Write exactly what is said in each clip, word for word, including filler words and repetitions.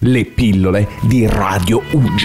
le pillole di Radio U G.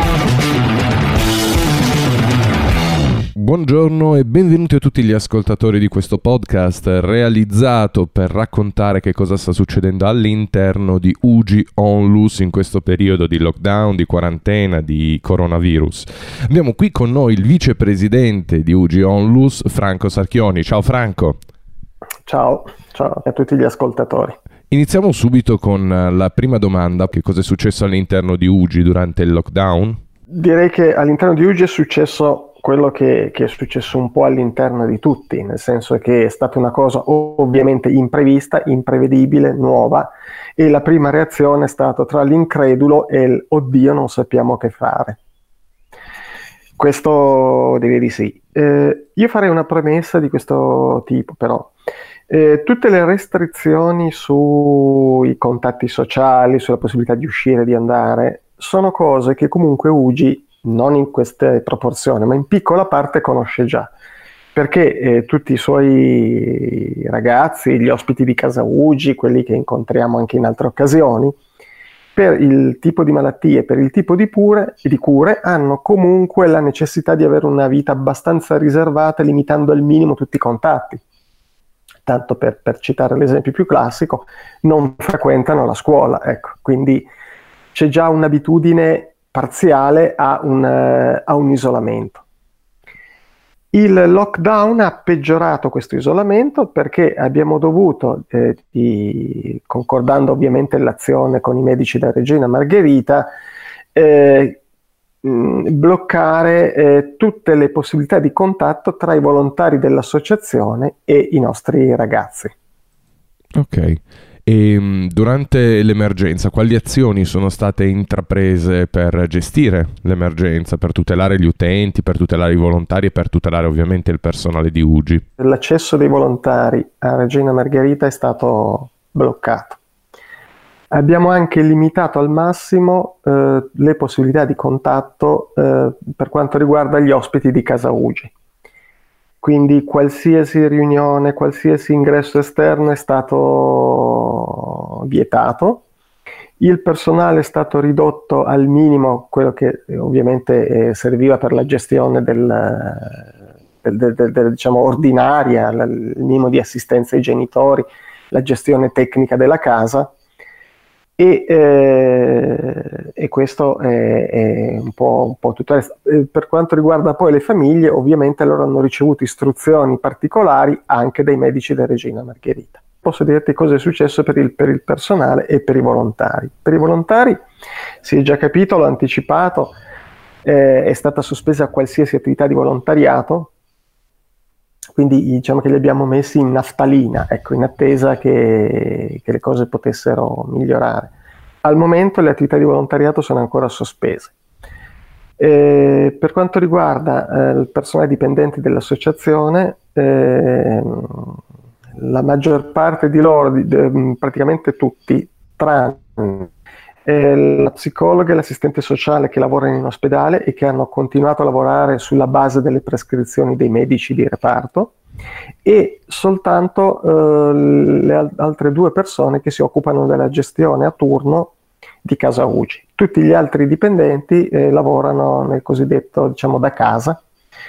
Buongiorno e benvenuti a tutti gli ascoltatori di questo podcast realizzato per raccontare che cosa sta succedendo all'interno di U G Onlus in questo periodo di lockdown, di quarantena, di coronavirus. Abbiamo qui con noi il vicepresidente di U G Onlus, Franco Sarchioni. Ciao Franco. Ciao, ciao a tutti gli ascoltatori. Iniziamo subito con la prima domanda. Che cosa è successo all'interno di U G durante il lockdown? Direi che all'interno di U G è successo quello che, che è successo un po' all'interno di tutti, nel senso che è stata una cosa ovviamente imprevista, imprevedibile, nuova, e la prima reazione è stata tra l'incredulo e il oddio non sappiamo che fare. Questo direi di sì. Eh, io farei una premessa di questo tipo però. Eh, tutte le restrizioni sui contatti sociali, sulla possibilità di uscire, di andare, sono cose che comunque U G, non in queste proporzioni, ma in piccola parte conosce già, perché eh, tutti i suoi ragazzi, gli ospiti di casa U G, quelli che incontriamo anche in altre occasioni, per il tipo di malattie, per il tipo di, pure, di cure, hanno comunque la necessità di avere una vita abbastanza riservata, limitando al minimo tutti i contatti. Tanto per, per citare l'esempio più classico, non frequentano la scuola, ecco, quindi c'è già un'abitudine parziale a un, uh, a un isolamento. Il lockdown ha peggiorato questo isolamento perché abbiamo dovuto, eh, di, concordando ovviamente l'azione con i medici della Regina Margherita, eh, mh, bloccare eh, tutte le possibilità di contatto tra i volontari dell'associazione e i nostri ragazzi. Ok. E durante l'emergenza, quali azioni sono state intraprese per gestire l'emergenza, per tutelare gli utenti, per tutelare i volontari e per tutelare ovviamente il personale di U G? L'accesso dei volontari a Regina Margherita è stato bloccato. Abbiamo anche limitato al massimo eh, le possibilità di contatto eh, per quanto riguarda gli ospiti di casa U G. Quindi qualsiasi riunione, qualsiasi ingresso esterno è stato vietato. Il personale è stato ridotto al minimo, quello che eh, ovviamente eh, serviva per la gestione del, del, del, del, del, diciamo, ordinaria, la, il minimo di assistenza ai genitori, la gestione tecnica della casa. E, eh, e questo è, è un po', un po' tutto. Per quanto riguarda poi le famiglie, ovviamente loro hanno ricevuto istruzioni particolari anche dai medici della Regina Margherita. Posso dirti cosa è successo per il, per il personale e per i volontari. Per i volontari si è già capito, l'ho anticipato, eh, è stata sospesa qualsiasi attività di volontariato, quindi diciamo che li abbiamo messi in naftalina, ecco, in attesa che, che le cose potessero migliorare. Al momento le attività di volontariato sono ancora sospese. Eh, per quanto riguarda eh, il personale dipendente dell'associazione, eh, la maggior parte di loro, di, di, praticamente tutti, tranne eh, la psicologa e l'assistente sociale che lavorano in ospedale e che hanno continuato a lavorare sulla base delle prescrizioni dei medici di reparto, e soltanto eh, le al- altre due persone che si occupano della gestione a turno di casa U G. Tutti gli altri dipendenti eh, lavorano nel cosiddetto, diciamo, da casa.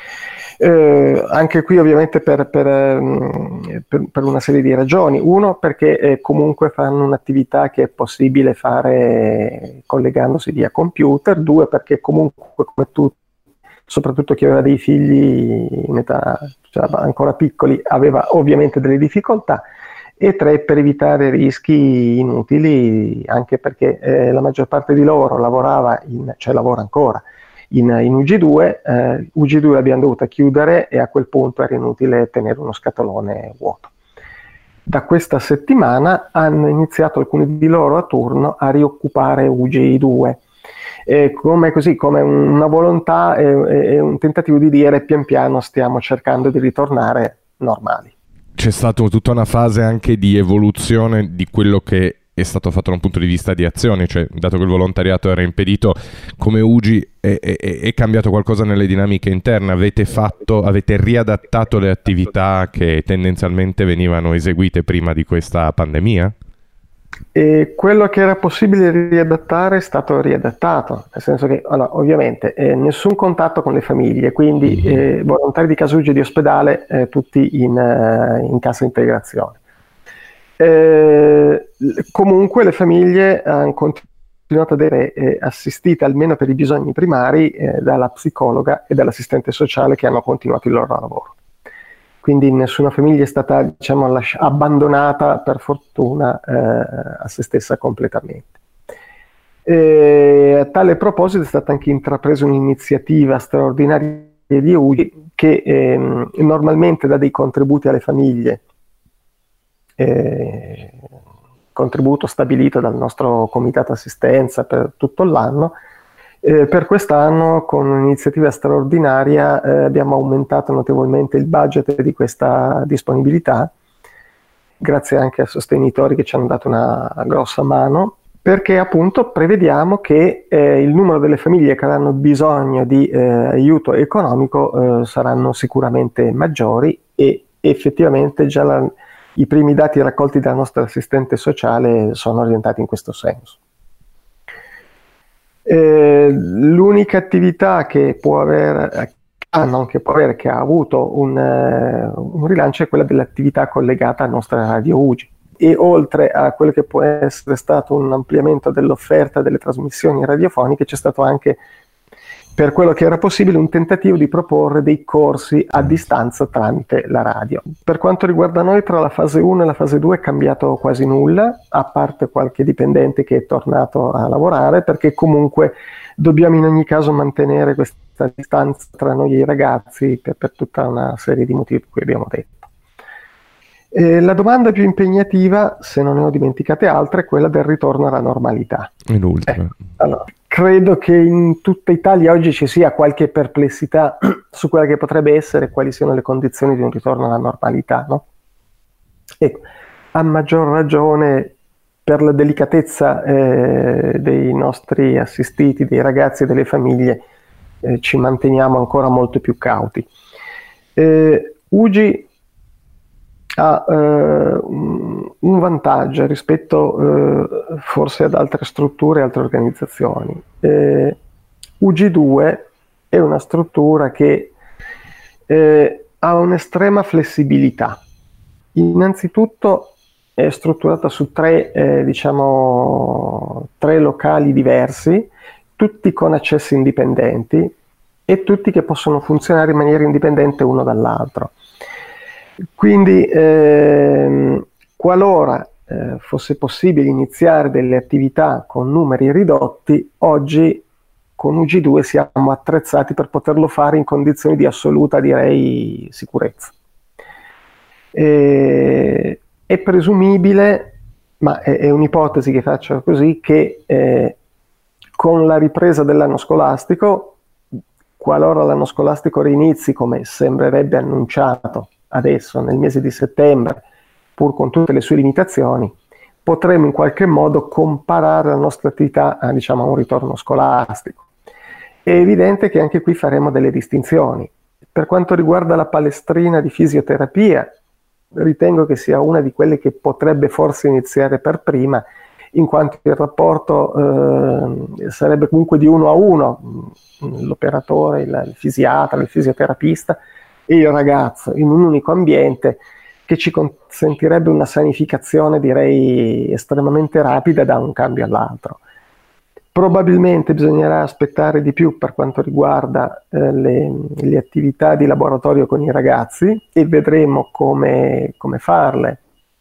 Eh, anche qui ovviamente per, per, per, per una serie di ragioni. Uno, perché eh, comunque fanno un'attività che è possibile fare collegandosi via computer. Due, perché comunque come tutti, soprattutto chi aveva dei figli in età, cioè, ancora piccoli, aveva ovviamente delle difficoltà. E tre, per evitare rischi inutili, anche perché eh, la maggior parte di loro lavorava, in, cioè lavora ancora, In, in U G due, eh, U G due l'abbiamo dovuta chiudere e a quel punto era inutile tenere uno scatolone vuoto. Da questa settimana hanno iniziato alcuni di loro a turno a rioccupare U G due, eh, come, così, come una volontà e eh, eh, un tentativo di dire pian piano stiamo cercando di ritornare normali. C'è stata tutta una fase anche di evoluzione di quello che è stato fatto da un punto di vista di azione, cioè dato che il volontariato era impedito, come U G è, è, è cambiato qualcosa nelle dinamiche interne? Avete fatto, avete riadattato le attività che tendenzialmente venivano eseguite prima di questa pandemia? E quello che era possibile riadattare è stato riadattato, nel senso che allora, ovviamente eh, nessun contatto con le famiglie, quindi eh, volontari di casuccia e di ospedale eh, tutti in, eh, in cassa integrazione. Eh, comunque le famiglie hanno continuato ad essere eh, assistite almeno per i bisogni primari eh, dalla psicologa e dall'assistente sociale che hanno continuato il loro lavoro. Quindi nessuna famiglia è stata, diciamo, lasci- abbandonata per fortuna eh, a se stessa completamente. E a tale proposito è stata anche intrapresa un'iniziativa straordinaria di U G I che ehm, normalmente dà dei contributi alle famiglie, eh, contributo stabilito dal nostro comitato assistenza per tutto l'anno. Eh, per quest'anno, con un'iniziativa straordinaria, eh, abbiamo aumentato notevolmente il budget di questa disponibilità, grazie anche a sostenitori che ci hanno dato una grossa mano, perché appunto prevediamo che eh, il numero delle famiglie che avranno bisogno di eh, aiuto economico eh, saranno sicuramente maggiori e effettivamente già la, i primi dati raccolti dal nostro assistente sociale sono orientati in questo senso. Eh, l'unica attività che può avere, ah, non che può avere, che ha avuto un, uh, un rilancio è quella dell'attività collegata alla nostra radio U G I, e oltre a quello che può essere stato un ampliamento dell'offerta delle trasmissioni radiofoniche, c'è stato anche, per quello che era possibile, un tentativo di proporre dei corsi a distanza tramite la radio. Per quanto riguarda noi, tra la fase uno e la fase due è cambiato quasi nulla, a parte qualche dipendente che è tornato a lavorare, perché comunque dobbiamo in ogni caso mantenere questa distanza tra noi e i ragazzi per, per tutta una serie di motivi per cui abbiamo detto. Eh, la domanda più impegnativa, se non ne ho dimenticate altre, è quella del ritorno alla normalità. Inoltre. Eh, allora, credo che in tutta Italia oggi ci sia qualche perplessità su quella che potrebbe essere, quali siano le condizioni di un ritorno alla normalità, no? Ecco, a maggior ragione per la delicatezza eh, dei nostri assistiti, dei ragazzi e delle famiglie, eh, ci manteniamo ancora molto più cauti. Eh, U G I ha eh, un vantaggio rispetto eh, forse ad altre strutture e altre organizzazioni. Eh, U G I due è una struttura che eh, ha un'estrema flessibilità. Innanzitutto è strutturata su tre, eh, diciamo, tre locali diversi, tutti con accessi indipendenti e tutti che possono funzionare in maniera indipendente uno dall'altro. Quindi ehm, qualora eh, fosse possibile iniziare delle attività con numeri ridotti, oggi con U G I due siamo attrezzati per poterlo fare in condizioni di assoluta, direi, sicurezza. E, è presumibile, ma è, è un'ipotesi che faccio così, che eh, con la ripresa dell'anno scolastico, qualora l'anno scolastico reinizi come sembrerebbe annunciato adesso nel mese di settembre, pur con tutte le sue limitazioni, potremo in qualche modo comparare la nostra attività a, diciamo, a un ritorno scolastico. È evidente che anche qui faremo delle distinzioni. Per quanto riguarda la palestrina di fisioterapia, ritengo che sia una di quelle che potrebbe forse iniziare per prima, in quanto il rapporto eh, sarebbe comunque di uno a uno, l'operatore, il, il fisiatra, il fisioterapista e il ragazzo in un unico ambiente, che ci consentirebbe una sanificazione, direi, estremamente rapida da un cambio all'altro. Probabilmente bisognerà aspettare di più per quanto riguarda eh, le, le attività di laboratorio con i ragazzi, e vedremo come, come farle.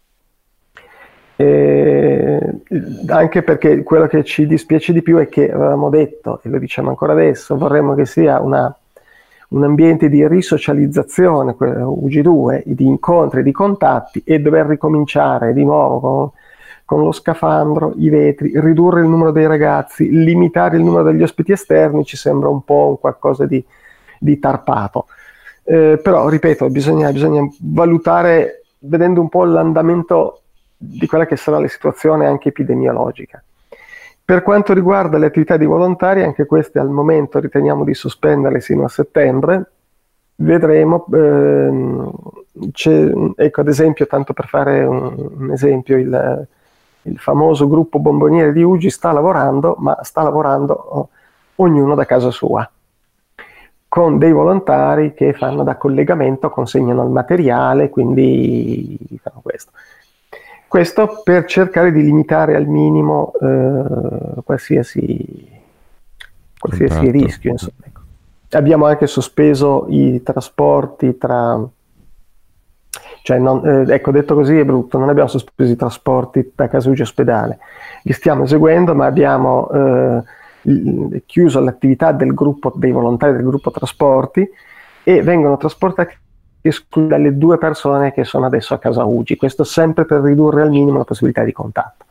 Eh, anche perché quello che ci dispiace di più è che, avevamo detto, e lo diciamo ancora adesso, vorremmo che sia una un ambiente di risocializzazione, U G I due, di incontri, di contatti, e dover ricominciare di nuovo con, con lo scafandro, i vetri, ridurre il numero dei ragazzi, limitare il numero degli ospiti esterni, ci sembra un po' un qualcosa di, di tarpato. Eh, però, ripeto, bisogna, bisogna valutare, vedendo un po' l'andamento di quella che sarà la situazione anche epidemiologica. Per quanto riguarda le attività di volontari, anche queste al momento riteniamo di sospenderle sino a settembre. Vedremo, ehm, c'è, ecco, ad esempio, tanto per fare un, un esempio, il, il famoso gruppo bomboniere di U G I sta lavorando, ma sta lavorando ognuno da casa sua, con dei volontari che fanno da collegamento, consegnano il materiale, quindi fanno questo. Questo per cercare di limitare al minimo eh, qualsiasi, qualsiasi rischio. Insomma. Ecco. Abbiamo anche sospeso i trasporti tra... Cioè non, eh, ecco, detto così è brutto, non abbiamo sospeso i trasporti da casa U G I ospedale, li stiamo eseguendo, ma abbiamo eh, chiuso l'attività del gruppo, dei volontari del gruppo trasporti, e vengono trasportati esclusi dalle due persone che sono adesso a casa U G I, questo sempre per ridurre al minimo la possibilità di contatto.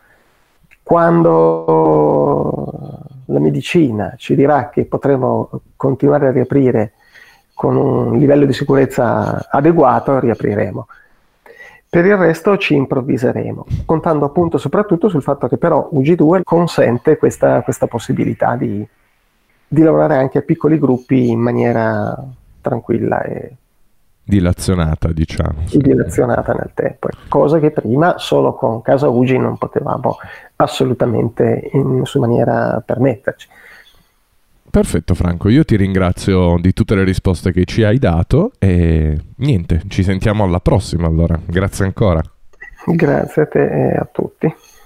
Quando la medicina ci dirà che potremo continuare a riaprire con un livello di sicurezza adeguato, riapriremo. Per il resto ci improvviseremo, contando appunto soprattutto sul fatto che però U G due consente questa, questa possibilità di, di lavorare anche a piccoli gruppi in maniera tranquilla e dilazionata, diciamo. E dilazionata nel tempo, cosa che prima solo con casa U G I non potevamo assolutamente in nessuna maniera permetterci. Perfetto Franco, io ti ringrazio di tutte le risposte che ci hai dato e niente, ci sentiamo alla prossima allora, grazie ancora. Grazie a te e a tutti.